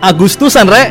Agustusan, Rek.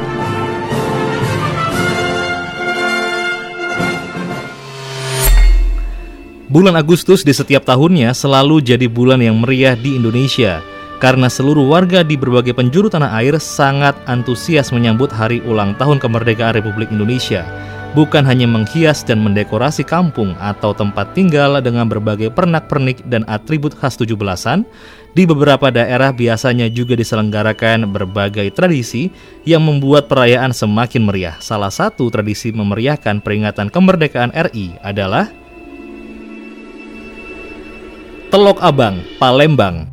Bulan Agustus di setiap tahunnya selalu jadi bulan yang meriah di Indonesia karena seluruh warga di berbagai penjuru tanah air sangat antusias menyambut hari ulang tahun kemerdekaan Republik Indonesia. Bukan hanya menghias dan mendekorasi kampung atau tempat tinggal dengan berbagai pernak-pernik dan atribut khas 17-an, di beberapa daerah biasanya juga diselenggarakan berbagai tradisi yang membuat perayaan semakin meriah. Salah satu tradisi memeriahkan peringatan kemerdekaan RI adalah Telok Abang, Palembang.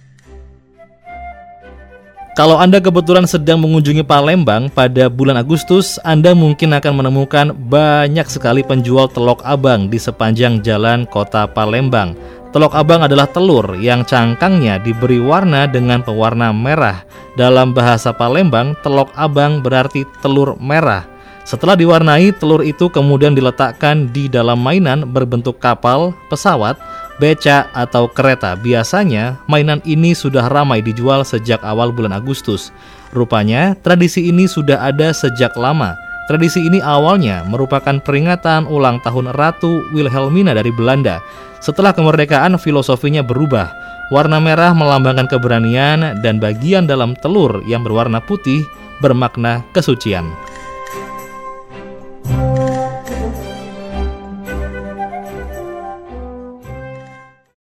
Kalau Anda kebetulan sedang mengunjungi Palembang pada bulan Agustus, Anda mungkin akan menemukan banyak sekali penjual telok abang di sepanjang jalan kota Palembang. Telok abang adalah telur yang cangkangnya diberi warna dengan pewarna merah. Dalam bahasa Palembang, telok abang berarti telur merah. Setelah diwarnai, telur itu kemudian diletakkan di dalam mainan berbentuk kapal, pesawat, beca, atau kereta. Biasanya, mainan ini sudah ramai dijual sejak awal bulan Agustus. Rupanya, tradisi ini sudah ada sejak lama. Tradisi ini awalnya merupakan peringatan ulang tahun Ratu Wilhelmina dari Belanda. Setelah kemerdekaan, filosofinya berubah. Warna merah melambangkan keberanian dan bagian dalam telur yang berwarna putih bermakna kesucian.